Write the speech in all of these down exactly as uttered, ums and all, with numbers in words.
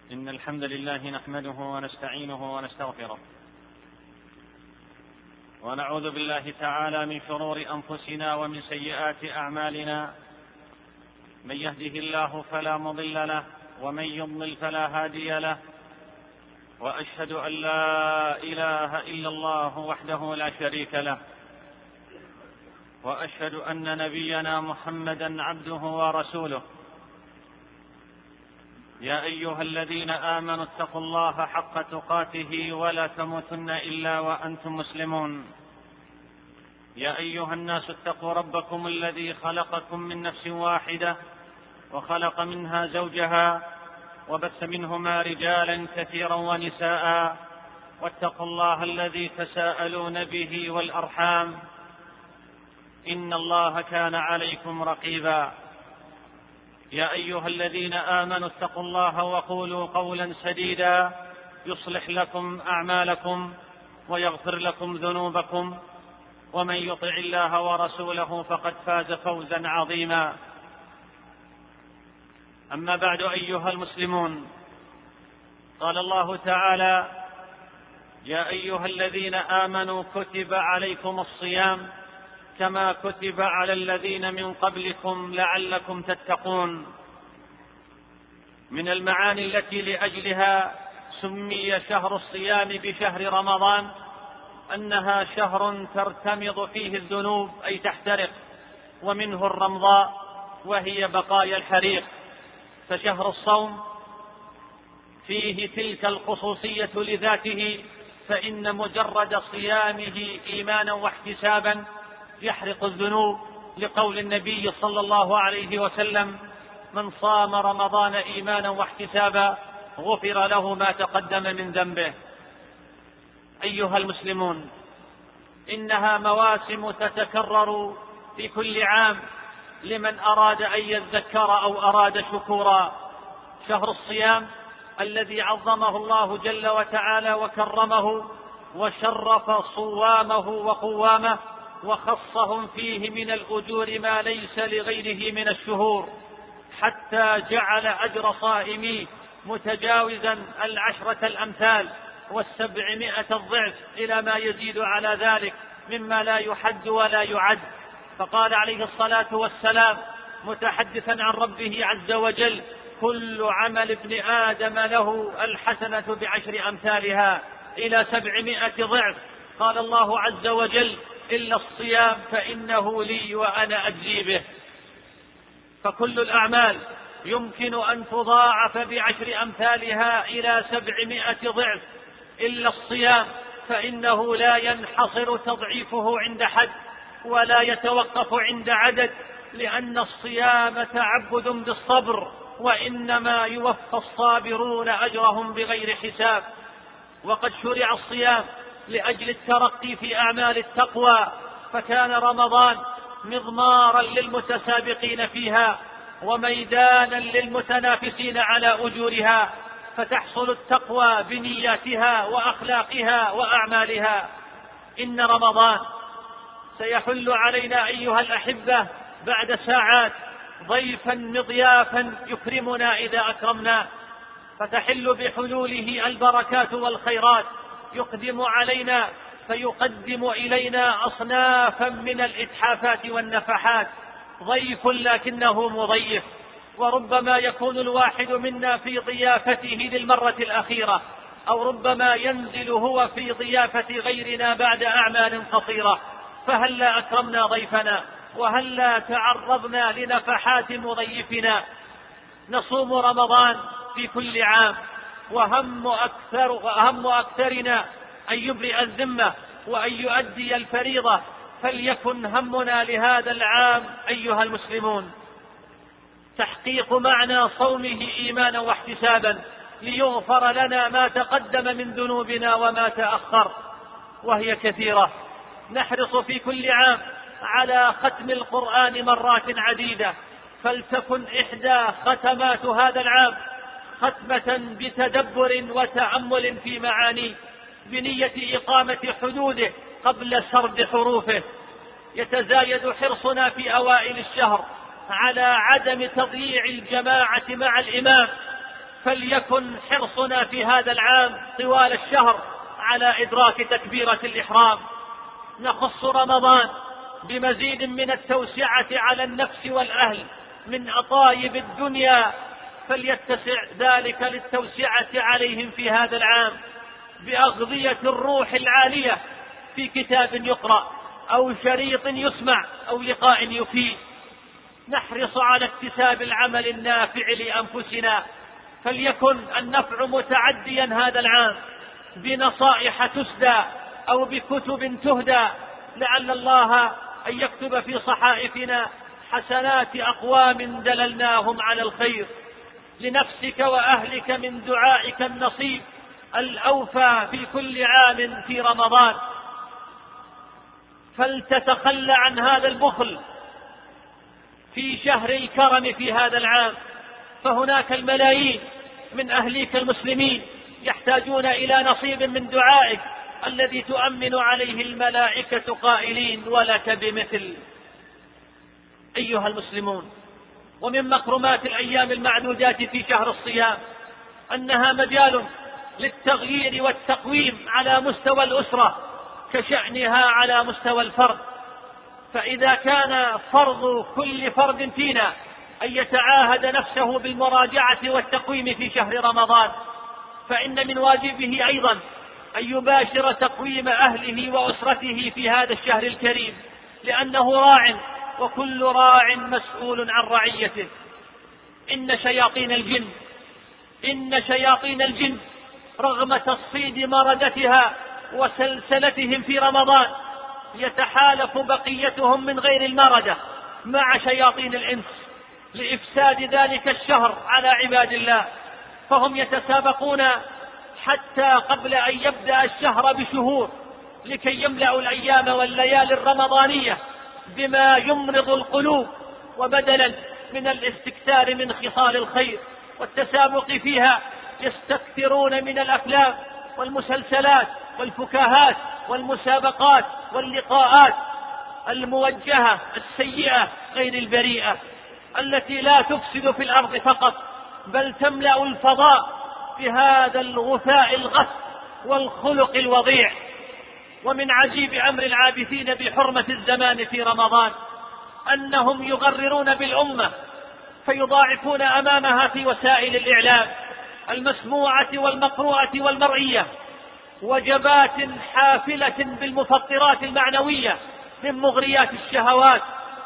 إن الحمد لله نحمده ونستعينه ونستغفره ونعوذ بالله تعالى من شرور أنفسنا ومن سيئات أعمالنا. من يهده الله فلا مضل له ومن يضلل فلا هادي له، وأشهد أن لا إله إلا الله وحده لا شريك له، وأشهد أن نبينا محمدا عبده ورسوله. يا أيها الذين آمنوا اتقوا الله حق تقاته ولا تموتن إلا وأنتم مسلمون. يا أيها الناس اتقوا ربكم الذي خلقكم من نفس واحدة وخلق منها زوجها وبث منهما رجالا كثيرا ونساء، واتقوا الله الذي تساءلون به والأرحام إن الله كان عليكم رقيبا. يا أيها الذين آمنوا اتقوا الله وقولوا قولا سديدا يصلح لكم أعمالكم ويغفر لكم ذنوبكم، ومن يطع الله ورسوله فقد فاز فوزا عظيما. أما بعد أيها المسلمون، قال الله تعالى: يا أيها الذين آمنوا كتب عليكم الصيام كما كتب على الذين من قبلكم لعلكم تتقون. من المعاني التي لأجلها سمي شهر الصيام بشهر رمضان أنها شهر ترتمض فيه الذنوب أي تحترق، ومنه الرمضاء وهي بقايا الحريق. فشهر الصوم فيه تلك الخصوصية لذاته، فإن مجرد صيامه إيمانا واحتسابا يحرق الذنوب، لقول النبي صلى الله عليه وسلم: من صام رمضان إيمانا واحتسابا غفر له ما تقدم من ذنبه. أيها المسلمون، إنها مواسم تتكرر في كل عام لمن أراد أن يذكر أو أراد شكورا. شهر الصيام الذي عظمه الله جل وتعالى وكرمه وشرف صوامه وقوامه، وخصهم فيه من الأجور ما ليس لغيره من الشهور، حتى جعل أجر صائميه متجاوزا العشرة الأمثال والسبعمائة الضعف إلى ما يزيد على ذلك مما لا يحد ولا يعد. فقال عليه الصلاة والسلام متحدثا عن ربه عز وجل: كل عمل ابن آدم له الحسنة بعشر أمثالها إلى سبعمائة ضعف. قال الله عز وجل: إلا الصيام فإنه لي وأنا أجزي به. فكل الأعمال يمكن أن تضاعف بعشر أمثالها إلى سبعمائة ضعف، إلا الصيام فإنه لا ينحصر تضعيفه عند حد ولا يتوقف عند عدد، لأن الصيام تعبد بالصبر، وإنما يوفى الصابرون أجرهم بغير حساب. وقد شرع الصيام لأجل الترقي في أعمال التقوى، فكان رمضان مضمارا للمتسابقين فيها وميدانا للمتنافسين على أجورها، فتحصل التقوى بنياتها وأخلاقها وأعمالها. إن رمضان سيحل علينا أيها الأحبة بعد ساعات ضيفا مضيافا يكرمنا إذا أكرمنا، فتحل بحلوله البركات والخيرات، يقدم علينا فيقدم إلينا أصنافا من الإتحافات والنفحات. ضيف لكنه مضيف، وربما يكون الواحد منا في ضيافته للمرة الأخيرة، أو ربما ينزل هو في ضيافة غيرنا بعد أعمال قصيرة. فهلا أكرمنا ضيفنا، وهلا تعرضنا لنفحات مضيفنا. نصوم رمضان في كل عام، وهم أكثر وهم أكثرنا أن يبرئ الذمة وأن يؤدي الفريضة، فليكن همنا لهذا العام أيها المسلمون تحقيق معنى صومه إيمانا واحتسابا، ليغفر لنا ما تقدم من ذنوبنا وما تأخر، وهي كثيرة. نحرص في كل عام على ختم القرآن مرات عديدة، فلتكن إحدى ختمات هذا العام ختمة بتدبر وتأمل في معانيه، بنية إقامة حدوده قبل سرد حروفه. يتزايد حرصنا في أوائل الشهر على عدم تضييع الجماعة مع الإمام، فليكن حرصنا في هذا العام طوال الشهر على إدراك تكبيرة الإحرام. نخص رمضان بمزيد من التوسعة على النفس والأهل من أطايب الدنيا، فليتسع ذلك للتوسعة عليهم في هذا العام بأغذية الروح العالية في كتاب يقرأ أو شريط يسمع أو لقاء يفيد. نحرص على اكتساب العمل النافع لأنفسنا، فليكن النفع متعديا هذا العام بنصائح تسدى أو بكتب تهدى، لعل الله أن يكتب في صحائفنا حسنات أقوام دللناهم على الخير. لنفسك وأهلك من دعائك النصيب الأوفى في كل عام في رمضان، فلتتخلى عن هذا البخل في شهر الكرم في هذا العام، فهناك الملايين من أهليك المسلمين يحتاجون إلى نصيب من دعائك الذي تؤمن عليه الملائكة قائلين ولك بمثل. أيها المسلمون، ومن مكرمات الأيام المعدودات في شهر الصيام أنها مجال للتغيير والتقويم على مستوى الأسرة كشأنها على مستوى الفرد. فإذا كان فرض كل فرد فينا أن يتعاهد نفسه بالمراجعة والتقويم في شهر رمضان، فإن من واجبه أيضا أن يباشر تقويم أهله وأسرته في هذا الشهر الكريم، لأنه راع وكل راع مسؤول عن رعيته. إن شياطين الجن إن شياطين الجن رغم تصفيد مردتها وسلسلتهم في رمضان يتحالف بقيتهم من غير المردة مع شياطين الإنس لإفساد ذلك الشهر على عباد الله، فهم يتسابقون حتى قبل أن يبدأ الشهر بشهور لكي يملأوا الأيام والليالي الرمضانية بما يمرض القلوب، وبدلا من الاستكثار من خصال الخير والتسابق فيها يستكثرون من الأفلام والمسلسلات والفكاهات والمسابقات واللقاءات الموجهة السيئة غير البريئة التي لا تفسد في الأرض فقط بل تملأ الفضاء بهذا الغثاء الغث والخلق الوضيع. ومن عجيب أمر العابثين بحرمة الزمان في رمضان أنهم يغررون بالأمة فيضاعفون أمامها في وسائل الإعلام المسموعة والمقروءة والمرئية وجبات حافلة بالمفطرات المعنوية من مغريات الشهوات،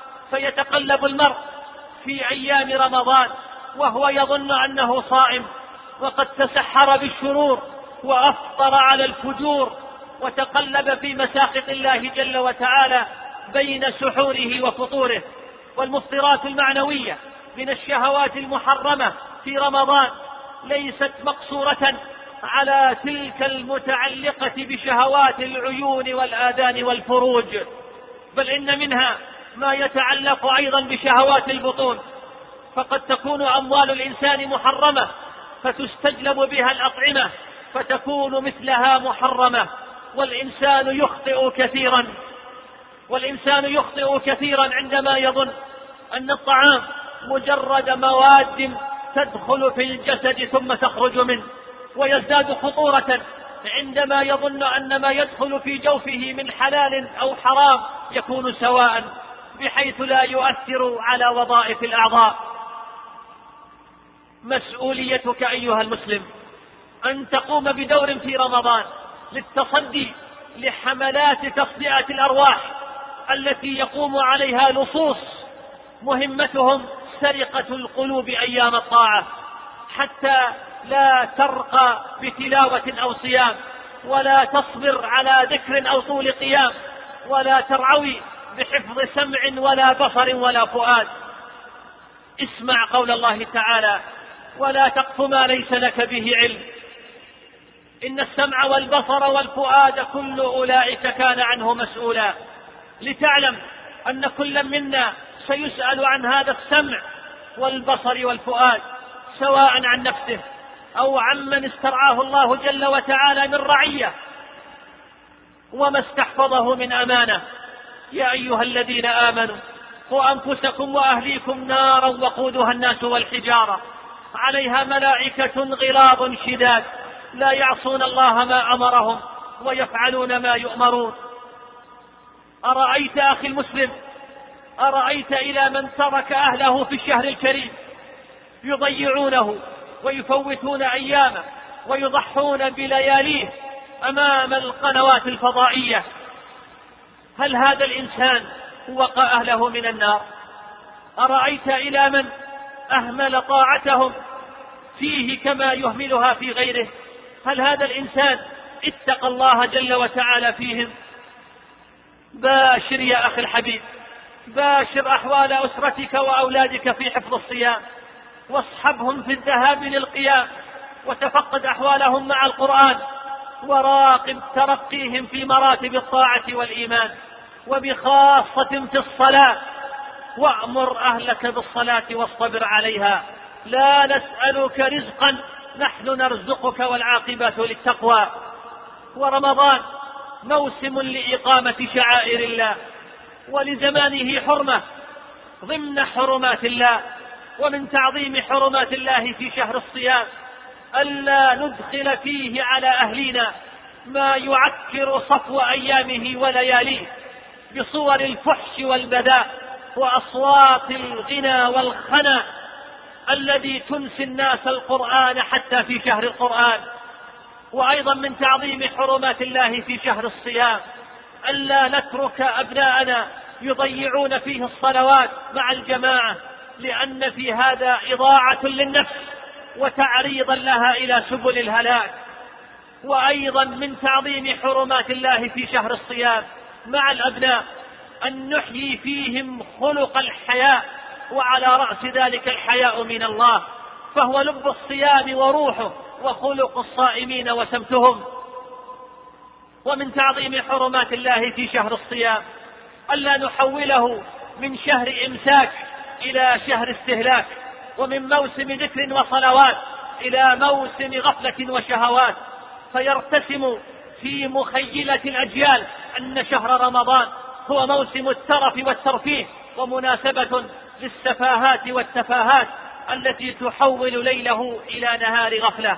فيتقلب المرء في أيام رمضان وهو يظن أنه صائم وقد تسحر بالشرور وأفطر على الفجور وتقلب في مساخط الله جل وتعالى بين سحوره وفطوره. والمفطرات المعنوية من الشهوات المحرمة في رمضان ليست مقصورة على تلك المتعلقة بشهوات العيون والآذان والفروج، بل إن منها ما يتعلق أيضا بشهوات البطون، فقد تكون أموال الإنسان محرمة فتستجلب بها الأطعمة فتكون مثلها محرمة. والإنسان يخطئ كثيرا والإنسان يخطئ كثيرا عندما يظن أن الطعام مجرد مواد تدخل في الجسد ثم تخرج منه، ويزداد خطورة عندما يظن أن ما يدخل في جوفه من حلال أو حرام يكون سواء بحيث لا يؤثر على وظائف الأعضاء. مسؤوليتك أيها المسلم أن تقوم بدور في رمضان للتصدي لحملات تصدئة الأرواح التي يقوم عليها لصوص مهمتهم سرقة القلوب أيام الطاعة، حتى لا ترقى بتلاوة أو صيام، ولا تصبر على ذكر أو طول قيام، ولا ترعوي بحفظ سمع ولا بصر ولا فؤاد. اسمع قول الله تعالى: ولا تقف ما ليس لك به علم إن السمع والبصر والفؤاد كل أولئك كان عنه مسؤولا. لتعلم أن كل منا سيسأل عن هذا السمع والبصر والفؤاد، سواء عن نفسه أو عمن استرعاه الله جل وتعالى من رعية وما استحفظه من أمانة. يا أيها الذين آمنوا قوا أنفسكم وأهليكم نارا وقودها الناس والحجارة عليها ملائكة غلاظ شداد لا يعصون الله ما أمرهم ويفعلون ما يؤمرون. أرأيت أخي المسلم، أرأيت إلى من ترك أهله في الشهر الكريم يضيعونه ويفوتون أيامه ويضحون بلياليه أمام القنوات الفضائية، هل هذا الإنسان وقى أهله من النار؟ أرأيت إلى من أهمل طاعتهم فيه كما يهملها في غيره، هل هذا الإنسان اتقى الله جل وتعالى فيهم؟ باشر يا أخي الحبيب، باشر أحوال أسرتك وأولادك في حفظ الصيام، واصحبهم في الذهاب للقيام، وتفقد أحوالهم مع القرآن، وراقب ترقيهم في مراتب الطاعة والإيمان، وبخاصة في الصلاة، وأمر أهلك بالصلاة واصطبر عليها. لا نسألك رزقا، نحن نرزقك، والعاقبة للتقوى. ورمضان موسم لإقامة شعائر الله ولزمانه حرمة ضمن حرمات الله، ومن تعظيم حرمات الله في شهر الصيام ألا ندخل فيه على أهلنا ما يعكر صفو أيامه ولياليه بصور الفحش والبذاء وأصوات الغنى والخنا الذي تنسي الناس القرآن حتى في شهر القرآن. وأيضا من تعظيم حرمات الله في شهر الصيام ألا نترك أبناءنا يضيعون فيه الصلوات مع الجماعة، لأن في هذا إضاعة للنفس وتعريضا لها إلى سبل الهلاك. وأيضا من تعظيم حرمات الله في شهر الصيام مع الأبناء أن نحيي فيهم خلق الحياء، وعلى رأس ذلك الحياء من الله، فهو لب الصيام وروحه وخلق الصائمين وسمتهم. ومن تعظيم حرمات الله في شهر الصيام ألا نحوله من شهر إمساك إلى شهر استهلاك، ومن موسم ذكر وصلوات إلى موسم غفلة وشهوات، فيرتسم في مخيلة الأجيال أن شهر رمضان هو موسم الترف والترفيه ومناسبة للسفاهات والتفاهات التي تحول ليله إلى نهار غفلة.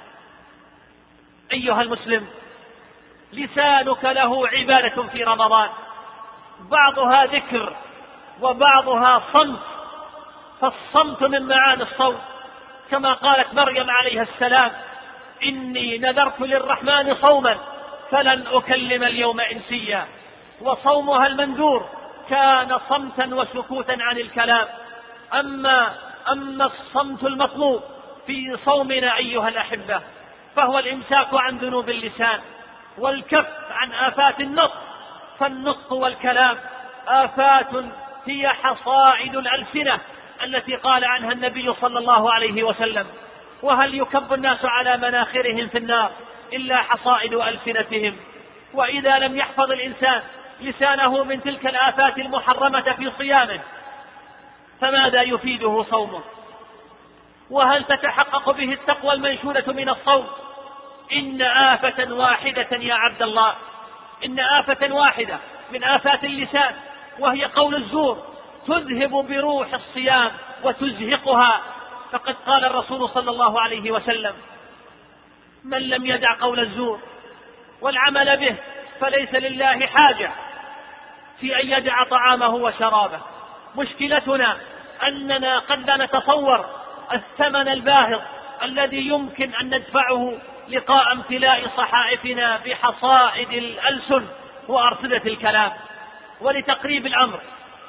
أيها المسلم، لسانك له عبادة في رمضان، بعضها ذكر وبعضها صمت، فالصمت من معاني الصوم، كما قالت مريم عليها السلام: إني نذرت للرحمن صوما فلن أكلم اليوم إنسيا. وصومها المنذور كان صمتا وسكوتا عن الكلام. أما, أما الصمت المطلوب في صومنا أيها الأحبة فهو الإمساك عن ذنوب اللسان والكف عن آفات النطق، فالنطق والكلام آفات هي حصائد الألسنة التي قال عنها النبي صلى الله عليه وسلم: وهل يكب الناس على مناخرهم في النار إلا حصائد ألسنتهم. وإذا لم يحفظ الإنسان لسانه من تلك الآفات المحرمة في صيامه فماذا يفيده صومه؟ وهل تتحقق به التقوى المنشودة من الصوم؟ إن آفة واحدة يا عبد الله، إن آفة واحدة من آفات اللسان وهي قول الزور تذهب بروح الصيام وتزهقها. فقد قال الرسول صلى الله عليه وسلم: من لم يدع قول الزور والعمل به فليس لله حاجة في أن يدع طعامه وشرابه. مشكلتنا أننا قد لا نتصور الثمن الباهظ الذي يمكن أن ندفعه لقاء امتلاء صحائفنا بحصائد الألسن وأرصدة الكلام. ولتقريب الأمر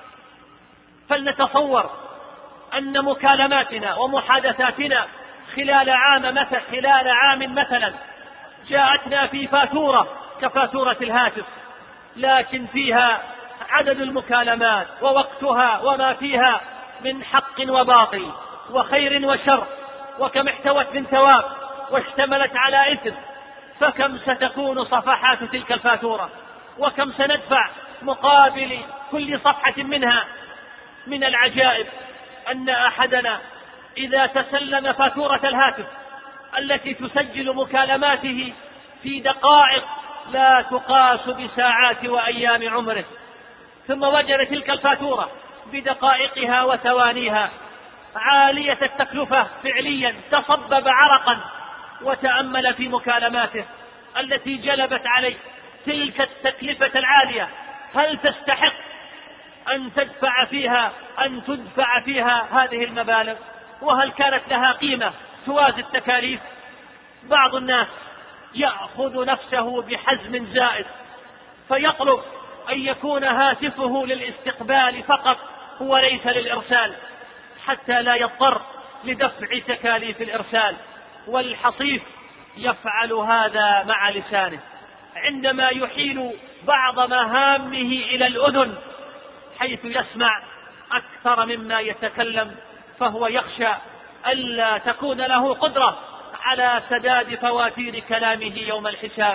فلنتصور أن مكالماتنا ومحادثاتنا خلال عام مثلا خلال عام مثلا جاءتنا في فاتورة كفاتورة الهاتف، لكن فيها عدد المكالمات ووقتها وما فيها من حق وباطل وخير وشر، وكم احتوت من ثواب واشتملت على إثم. فكم ستكون صفحات تلك الفاتورة، وكم سندفع مقابل كل صفحة منها. من العجائب أن أحدنا إذا تسلم فاتورة الهاتف التي تسجل مكالماته في دقائق لا تقاس بساعات وأيام عمره، ثم وجد تلك الفاتورة بدقائقها وثوانيها، عالية التكلفة فعليا تصبب عرقا وتأمل في مكالماته التي جلبت عليه تلك التكلفة العالية، هل تستحق أن تدفع فيها أن تدفع فيها هذه المبالغ؟ وهل كانت لها قيمة توازي التكاليف؟ بعض الناس يأخذ نفسه بحزم زائد فيطلب أن يكون هاتفه للاستقبال فقط وليس للإرسال حتى لا يضطر لدفع تكاليف الإرسال، والحصيف يفعل هذا مع لسانه عندما يحيل بعض مهامه إلى الأذن حيث يسمع أكثر مما يتكلم، فهو يخشى ألا تكون له قدرة على سداد فواتير كلامه يوم الحساب.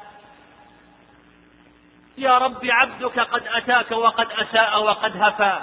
يا رب عبدك قد أتاك وقد أساء وقد هفى،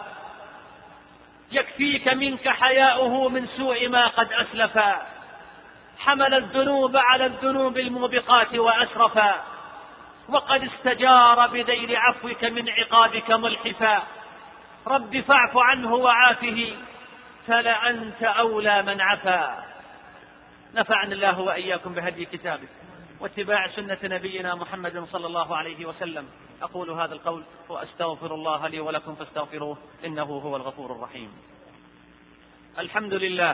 يكفيك منك حياؤه من سوء ما قد أسلفا، حمل الذنوب على الذنوب الموبقات وأسرفا، وقد استجار بدير عفوك من عقابك ملحفا، رب فاعف عنه وعافه فلأنت أولى من عفا. نفعني الله وإياكم بهدي كتابه واتباع سنة نبينا محمد صلى الله عليه وسلم. أقول هذا القول وأستغفر الله لي ولكم فاستغفروه إنه هو الغفور الرحيم. الحمد لله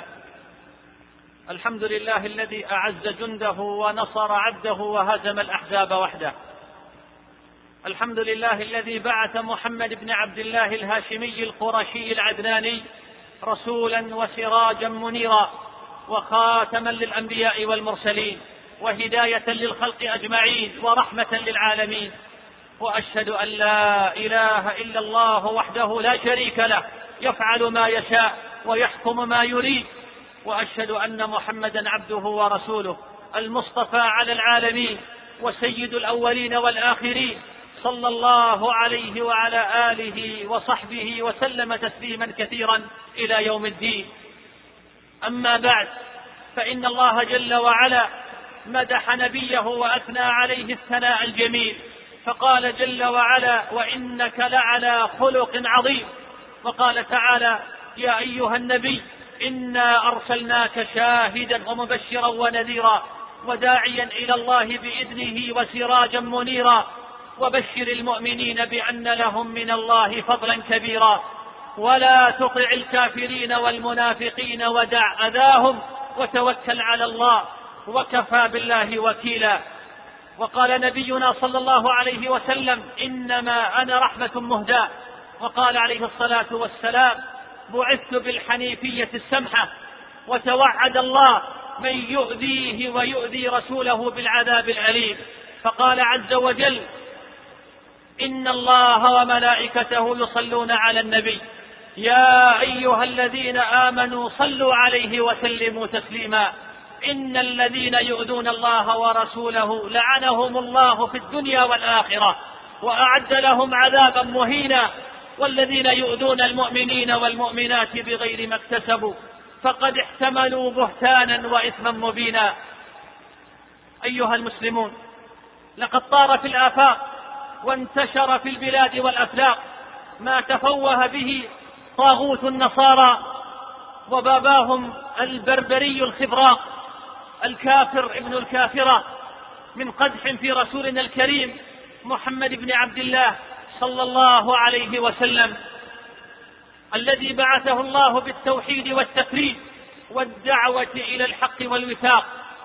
الحمد لله الذي أعز جنده ونصر عبده وهزم الأحزاب وحده. الحمد لله الذي بعث محمد بن عبد الله الهاشمي القرشي العدناني رسولا وسراجا منيرا وخاتما للأنبياء والمرسلين وهداية للخلق أجمعين ورحمة للعالمين. وأشهد أن لا إله إلا الله وحده لا شريك له يفعل ما يشاء ويحكم ما يريد. وأشهد أن محمدا عبده ورسوله المصطفى على العالمين وسيد الأولين والآخرين، صلى الله عليه وعلى آله وصحبه وسلم تسليما كثيرا إلى يوم الدين. أما بعد، فإن الله جل وعلا مدح نبيه وأثنى عليه الثناء الجميل، فقال جل وعلا: وإنك لعلى خلق عظيم. وقال تعالى: يا أيها النبي إنا أرسلناك شاهدا ومبشرا ونذيرا وداعيا إلى الله بإذنه وسراجا منيرا وبشر المؤمنين بأن لهم من الله فضلا كبيرا ولا تطع الكافرين والمنافقين ودع أذاهم وتوكل على الله وكفى بالله وكيلا. وقال نبينا صلى الله عليه وسلم: إنما أنا رحمة مهداة. وقال عليه الصلاة والسلام: بعثت بالحنيفية السمحة. وتوعد الله من يؤذيه ويؤذي رسوله بالعذاب الأليم، فقال عز وجل: إن الله وملائكته يصلون على النبي يا أيها الذين آمنوا صلوا عليه وسلموا تسليما إن الذين يؤذون الله ورسوله لعنهم الله في الدنيا والآخرة وأعد لهم عذابا مهينا والذين يؤذون المؤمنين والمؤمنات بغير ما اكتسبوا فقد احتملوا بهتانا وإثما مبينا. أيها المسلمون، لقد طار في الآفاق وانتشر في البلاد والأفلاق ما تفوه به طاغوت النصارى وباباهم البربري الخبراق الكافر ابن الكافرة من قدح في رسولنا الكريم محمد بن عبد الله صلى الله عليه وسلم، الذي بعثه الله بالتوحيد والتفريد والدعوة إلى الحق والوثاق.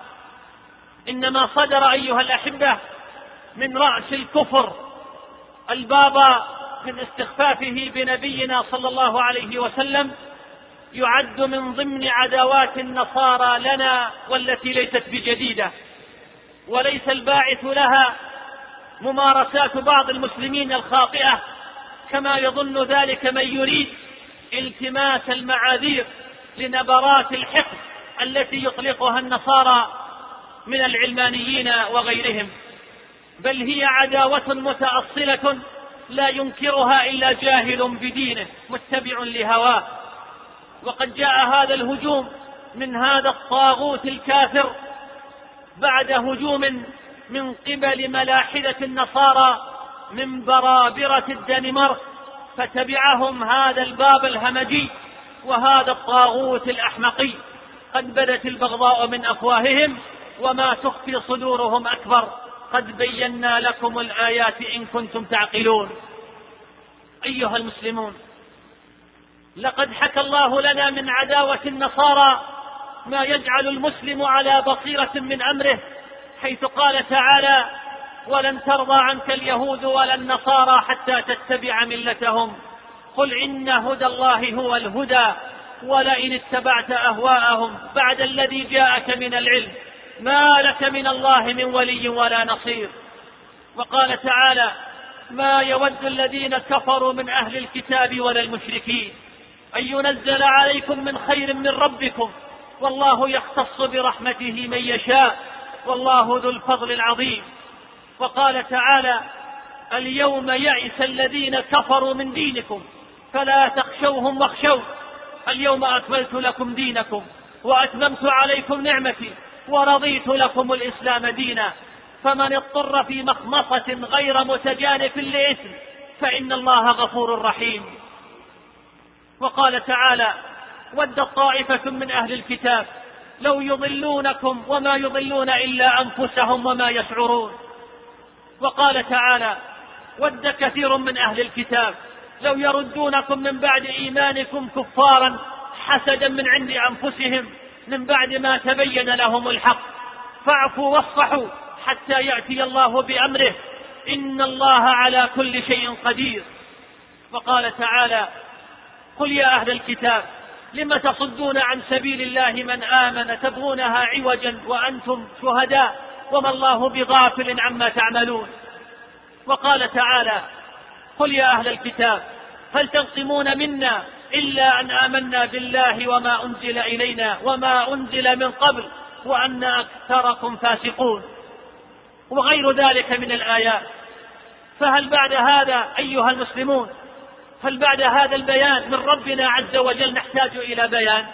إنما صدر أيها الأحبة من رأس الكفر البابا من استخفافه بنبينا صلى الله عليه وسلم يعد من ضمن عداوات النصارى لنا والتي ليست بجديدة، وليس الباعث لها ممارسات بعض المسلمين الخاطئة كما يظن ذلك من يريد التماس المعاذير لنبرات الحقد التي يطلقها النصارى من العلمانيين وغيرهم، بل هي عداوة متأصلة لا ينكرها إلا جاهل بدينه متبع لهواه. وقد جاء هذا الهجوم من هذا الطاغوت الكافر بعد هجوم من قبل ملاحدة النصارى من برابرة الدنمارك، فتبعهم هذا الباب الهمجي وهذا الطاغوت الأحمقي قد بدت البغضاء من أفواههم وما تخفي صدورهم أكبر، قد بينا لكم الآيات إن كنتم تعقلون. أيها المسلمون، لقد حكى الله لنا من عداوة النصارى ما يجعل المسلم على بصيرة من أمره، حيث قال تعالى: ولن ترضى عنك اليهود ولا النصارى حتى تتبع ملتهم، قل إن هدى الله هو الهدى ولئن اتبعت أهواءهم بعد الذي جاءك من العلم ما لك من الله من ولي ولا نصير. وقال تعالى: ما يود الذين كفروا من أهل الكتاب ولا المشركين أن ينزل عليكم من خير من ربكم والله يختص برحمته من يشاء والله ذو الفضل العظيم. وقال تعالى: اليوم يئس الذين كفروا من دينكم فلا تخشوهم واخشون اليوم أكملت لكم دينكم وأتممت عليكم نعمتي ورضيت لكم الإسلام دينا فمن اضطر في مخمصة غير متجانف لإثم فإن الله غفور رحيم. وقال تعالى: ودت طائفة من أهل الكتاب لو يضلونكم وما يضلون إلا أنفسهم وما يشعرون. وقال تعالى: ود كثير من أهل الكتاب لو يردونكم من بعد إيمانكم كفارا حسدا من عند أنفسهم من بعد ما تبين لهم الحق فاعفوا واصفحوا حتى يأتي الله بأمره إن الله على كل شيء قدير. وقال تعالى: قل يا أهل الكتاب لم تصدون عن سبيل الله من آمن تبغونها عوجا وأنتم شهداء وما الله بغافل عما تعملون. وقال تعالى: قل يا أهل الكتاب هل تنقمون منا إلا أن آمنا بالله وما أنزل إلينا وما أنزل من قبل وأن أكثركم فاسقون، وغير ذلك من الآيات. فهل بعد هذا أيها المسلمون، هل بعد هذا البيان من ربنا عز وجل نحتاج إلى بيان؟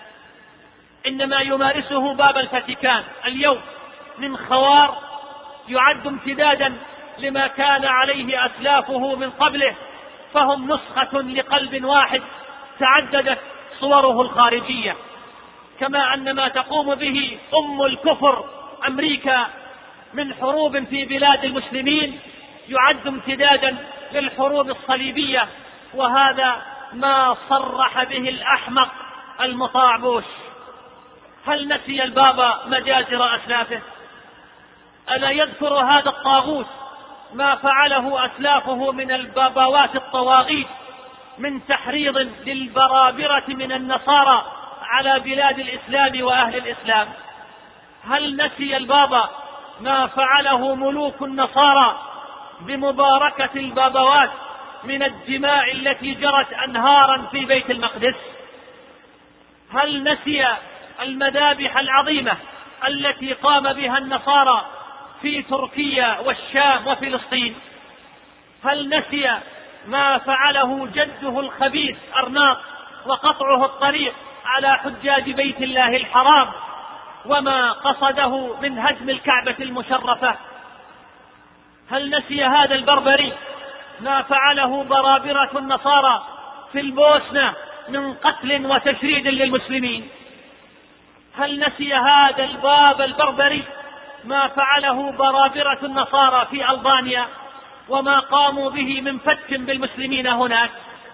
إنما يمارسه باب الفاتيكان اليوم من خوار يعد امتدادا لما كان عليه أسلافه من قبله، فهم نسخة لقلب واحد تعددت صوره الخارجية، كما أن ما تقوم به أم الكفر أمريكا من حروب في بلاد المسلمين يعد امتدادا للحروب الصليبية، وهذا ما صرح به الأحمق المطاع بوش. هل نسي البابا مجازر أسلافه؟ ألا يذكر هذا الطاغوت ما فعله أسلافه من البابوات الطواغيت من تحريض للبرابرة من النصارى على بلاد الإسلام وأهل الإسلام؟ هل نسي البابا ما فعله ملوك النصارى بمباركة البابوات من الدماء التي جرت أنهارا في بيت المقدس؟ هل نسي المذابح العظيمة التي قام بها النصارى في تركيا والشام وفلسطين؟ هل نسي ما فعله جده الخبيث أرناط وقطعه الطريق على حجاج بيت الله الحرام وما قصده من هدم الكعبة المشرفة؟ هل نسي هذا البربري ما فعله برابرة النصارى في البوسنة من قتل وتشريد للمسلمين؟ هل نسي هذا الباب البربري ما فعله برابرة النصارى في ألبانيا وما قاموا به من فتك بالمسلمين هناك؟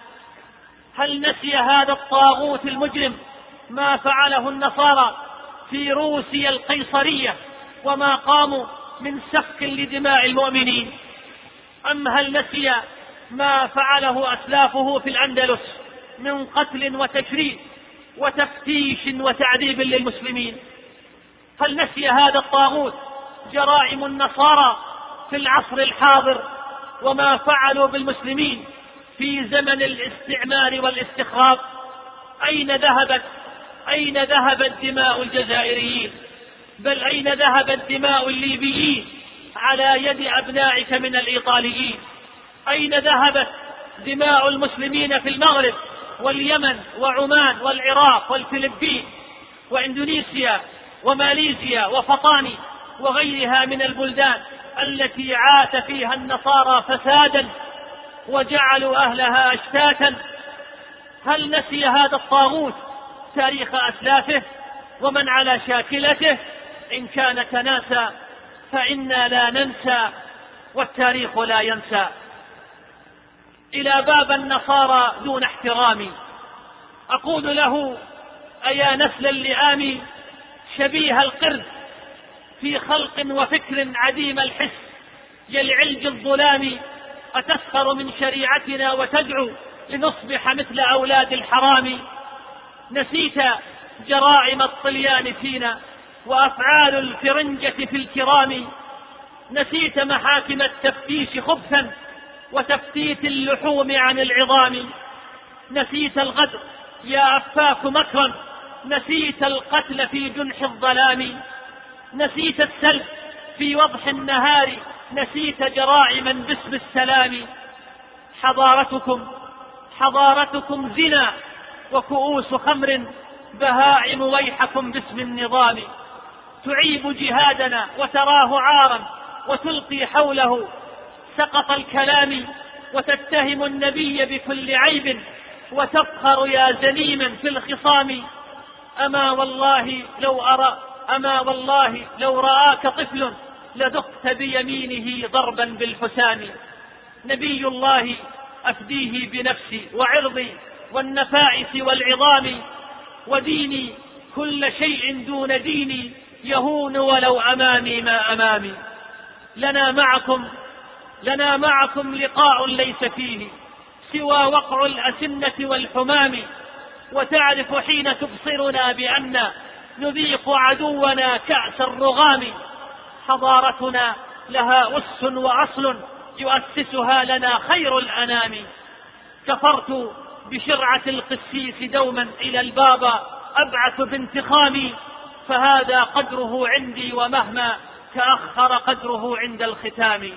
هل نسي هذا الطاغوت المجرم ما فعله النصارى في روسيا القيصرية وما قاموا من سفك لدماء المؤمنين؟ أم هل نسي ما فعله أسلافه في الأندلس من قتل وتشريد وتفتيش وتعذيب للمسلمين؟ هل نسي هذا الطاغوت جرائم النصارى في العصر الحاضر وما فعلوا بالمسلمين في زمن الاستعمار والاستخراج؟ أين ذهبت أين ذهبت دماء الجزائريين؟ بل أين ذهبت دماء الليبيين على يد أبنائك من الإيطاليين؟ أين ذهبت دماء المسلمين في المغرب واليمن وعمان والعراق والفلبين وإندونيسيا وماليزيا وفطاني وغيرها من البلدان التي عاش فيها النصارى فسادا وجعلوا أهلها أشتاتا؟ هل نسي هذا الطاغوت تاريخ أسلافه ومن على شاكلته؟ إن كان تناسى فإنا لا ننسى والتاريخ لا ينسى. إلى باب النصارى دون احترامي أقول له: أيا نسل اللئام شبيه القرد في خلق وفكر عديم الحس يا العلج الظلام، أتسخر من شريعتنا وتدعو لنصبح مثل أولاد الحرام؟ نسيت جرائم الطليان فينا وأفعال الفرنجة في الكرام، نسيت محاكم التفتيش خبثا وتفتيت اللحوم عن العظام، نسيت الغدر يا أفاك مكرا، نسيت القتل في جنح الظلام، نسيت السلب في وضح النهار، نسيت جرائما باسم السلام. حضارتكم حضارتكم زنا وكؤوس خمر، بهائم ويحكم باسم النظام، تعيب جهادنا وتراه عارا وتلقي حوله سقط الكلام، وتتهم النبي بكل عيب وتفخر يا زنيما في الخصام. أما والله لو أرى أما والله لو رآك طفل لذقت بيمينه ضربا بالحسام. نبي الله أفديه بنفسي وعرضي والنفائس والعظام، وديني كل شيء دون ديني يهون ولو أمامي ما أمامي. لنا معكم لنا معكم لقاء ليس فيه سوى وقع الأسنة والحمام، وتعرف حين تبصرنا بأن نذيق عدونا كأس الرغام. حضارتنا لها أس وأصل يؤسسها لنا خير الأنام. كفرت بشرعة القسيس دوما إلى البابا أبعث بانتقامي، فهذا قدره عندي ومهما تأخر قدره عند الختام.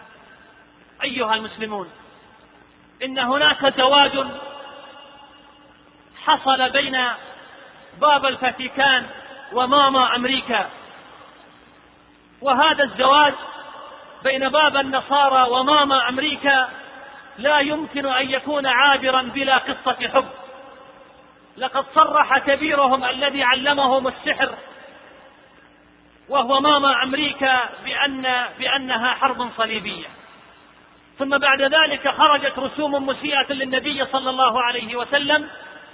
أيها المسلمون، إن هناك زواج حصل بين بابا الفاتيكان وماما أمريكا، وهذا الزواج بين بابا النصارى وماما أمريكا لا يمكن أن يكون عابرا بلا قصة حب. لقد صرح كبيرهم الذي علمهم السحر وهو ماما أمريكا بأن بأنها حرب صليبية، ثم بعد ذلك خرجت رسوم مسيئة للنبي صلى الله عليه وسلم،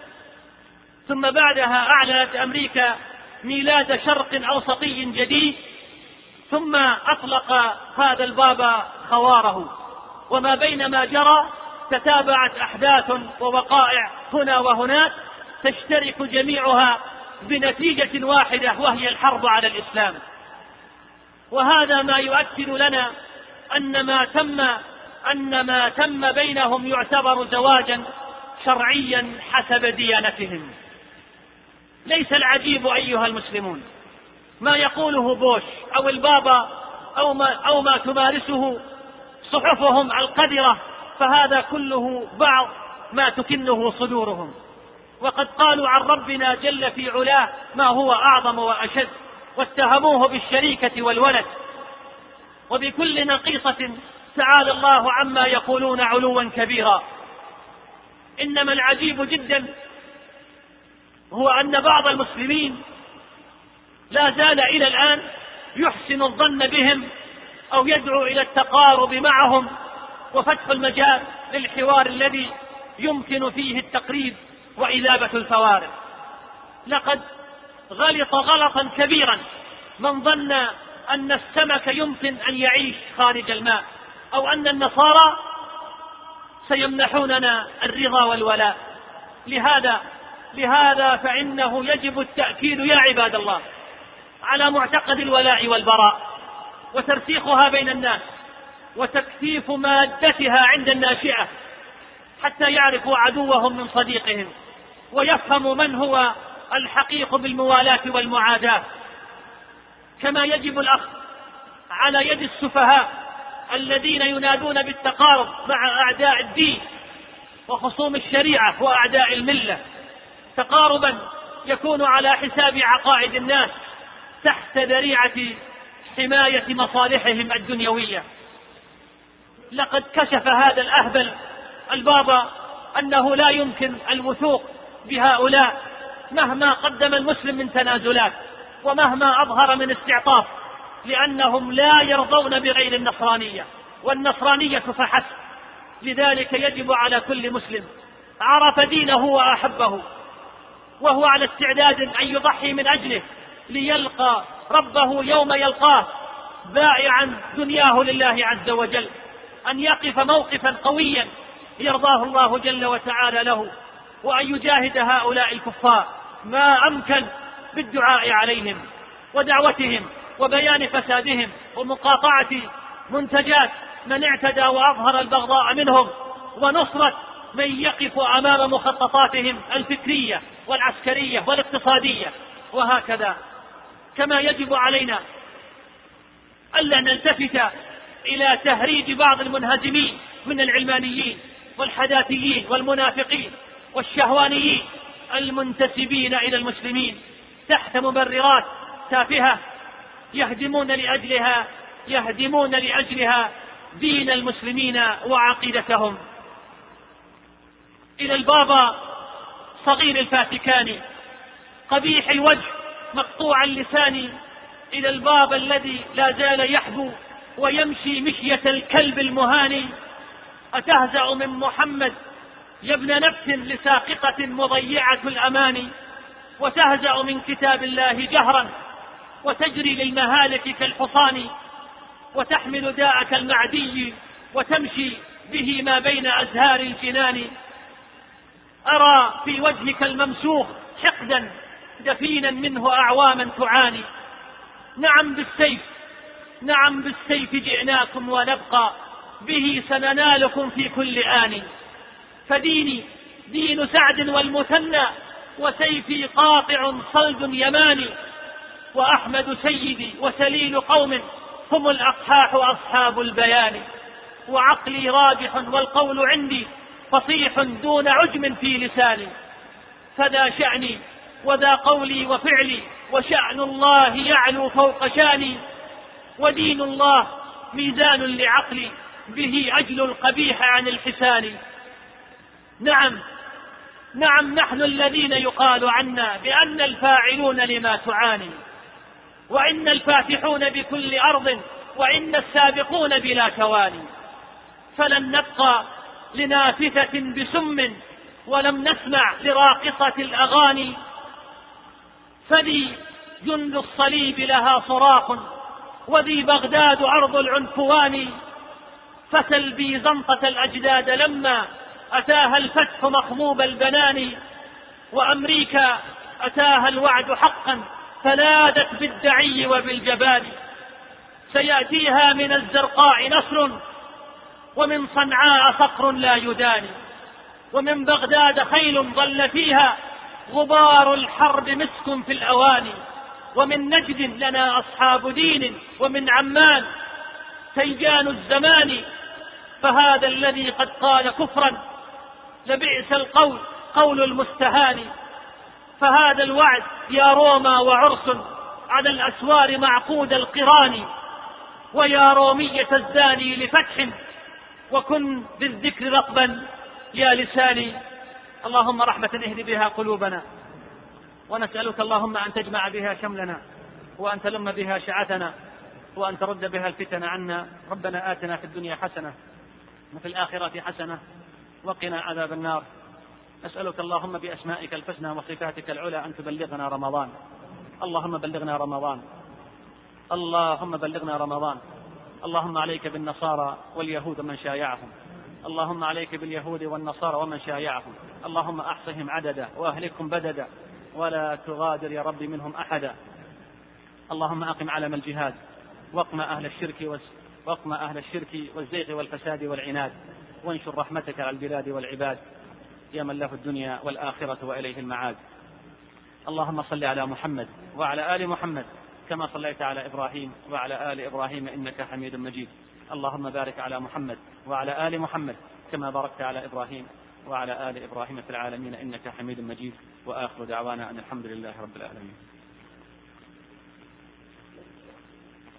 ثم بعدها أعلنت أمريكا ميلاد شرق أوسطي جديد، ثم أطلق هذا البابا خواره. وما بين ما جرى تتابعت أحداث ووقائع هنا وهناك تشترك جميعها بنتيجة واحدة، وهي الحرب على الإسلام. وهذا ما يؤكد لنا أن ما تم أن ما تم بينهم يعتبر زواجا شرعيا حسب ديانتهم. ليس العجيب أيها المسلمون ما يقوله بوش أو البابا أو ما, أو ما تمارسه صحفهم القذرة، فهذا كله بعض ما تكنه صدورهم. وقد قالوا عن ربنا جل في علاه ما هو أعظم وأشد، واتهموه بالشريكة والولد. وبكل نقيصة تعالى الله عما يقولون علوا كبيرا. إنما العجيب جدا هو أن بعض المسلمين لا زال إلى الآن يحسن الظن بهم أو يدعو إلى التقارب معهم وفتح المجال للحوار الذي يمكن فيه التقريب وإذابة الفوارق. لقد غلط غلطا كبيرا من ظن أن السمك يمكن أن يعيش خارج الماء، أو أن النصارى سيمنحوننا الرضا والولاء. لهذا لهذا فإنه يجب التأكيد يا عباد الله على معتقد الولاء والبراء، وترسيخها بين الناس، وتكثيف مادتها عند الناشئة حتى يعرفوا عدوهم من صديقهم، ويفهموا من هو الحقيق بالموالاة والمعاداة. كما يجب الأخذ على يد السفهاء الذين ينادون بالتقارب مع أعداء الدين وخصوم الشريعة وأعداء الملة، تقاربا يكون على حساب عقائد الناس تحت ذريعة حماية مصالحهم الدنيوية. لقد كشف هذا الأهبل البابا أنه لا يمكن الوثوق بهؤلاء مهما قدم المسلم من تنازلات ومهما أظهر من استعطاف، لأنهم لا يرضون بغير النصرانية، والنصرانية فحسب. لذلك يجب على كل مسلم عرف دينه وأحبه وهو على استعداد أن يضحي من أجله ليلقى ربه يوم يلقاه بائعا دنياه لله عز وجل، أن يقف موقفا قويا يرضاه الله جل وتعالى له، وأن يجاهد هؤلاء الكفار ما أمكن بالدعاء عليهم ودعوتهم وبيان فسادهم ومقاطعة منتجات من اعتدى وأظهر البغضاء منهم، ونصرة من يقف أمام مخططاتهم الفكرية والعسكرية والاقتصادية. وهكذا كما يجب علينا ألا نلتفت إلى تهريج بعض المنهزمين من العلمانيين والحداثيين والمنافقين والشهوانيين المنتسبين إلى المسلمين تحت مبررات تافهة يهدمون لأجلها يهدمون لأجلها دين المسلمين وعقيدتهم. إلى البابا صغير الفاتيكان قبيح الوجه مقطوع اللسان، إلى البابا الذي لا زال يحبو ويمشي مشية الكلب المهاني، أتهزأ من محمد يا ابن نفس لساقطة مضيعة الأمان، وتهزأ من كتاب الله جهرا وتجري للمهالك كالحصان، وتحمل داءك المعدي وتمشي به ما بين أزهار الجنان. أرى في وجهك الممسوخ حقدا دفينا منه أعواما تعاني. نعم بالسيف نعم بالسيف جئناكم ونبقى به سننالكم في كل آن، فديني دين سعد والمثنى وسيفي قاطع صلب يماني، وأحمد سيدي وسليل قوم هم الأقحاح أصحاب البيان، وعقلي راجح والقول عندي فصيح دون عجم في لساني، فذا شأني وذا قولي وفعلي وشأن الله يعلو فوق شاني، ودين الله ميزان لعقلي به أجل القبيح عن الحسان. نعم نعم نحن الذين يقال عنا بأن الفاعلون لما تعاني، وإن الفاتحون بكل أرض وإن السابقون بلا تواني، فلن نبقى لنافثة بسم ولم نسمع لراقصة الأغاني، فذي جند الصليب لها صراخ وذي بغداد أرض العنفوان، فتل بيزنطة الأجداد لما أتاها الفتح مخموب البنان، وأمريكا أتاها الوعد حقا فنادت بالدعي وبالجبان، سيأتيها من الزرقاء نصر ومن صنعاء صقر لا يداني، ومن بغداد خيل ظل فيها غبار الحرب مسك في الأواني، ومن نجد لنا أصحاب دين ومن عمان تيجان الزمان، فهذا الذي قد قال كفرا لبئس القول قول المستهان، فهذا الوعد يا روما وعرس على الأسوار معقود القران، ويا رومية الزاني لفتح وكن بالذكر رطبا يا لساني. اللهم رحمة اهد بها قلوبنا، ونسألك اللهم أن تجمع بها شملنا وأن تلم بها شعتنا وأن ترد بها الفتن عنا. ربنا آتنا في الدنيا حسنة وفي الآخرة حسنة وقنا عذاب النار. نسألك اللهم بأسمائك الحسنى وصفاتك العلى أن تبلغنا رمضان. اللهم بلغنا رمضان اللهم بلغنا رمضان. اللهم عليك بالنصارى واليهود من شايعهم، اللهم عليك باليهود والنصارى ومن شايعهم، اللهم أحصهم عددا وأهلكهم بددا ولا تغادر يا رب منهم أحدا. اللهم أقم علم الجهاد واقم أهل الشرك واقم أهل الشرك والزيغ والفساد والعناد، وانشر رحمتك على البلاد والعباد يا من له الدنيا والآخرة وإليه المعاد. اللهم صل على محمد وعلى آل محمد كما صليت على إبراهيم وعلى آل إبراهيم إنك حميد مجيد. اللهم بارك على محمد وعلى آل محمد كما باركت على إبراهيم وعلى آل إبراهيم في العالمين إنك حميد مجيد. وآخر دعوانا أن الحمد لله رب العالمين.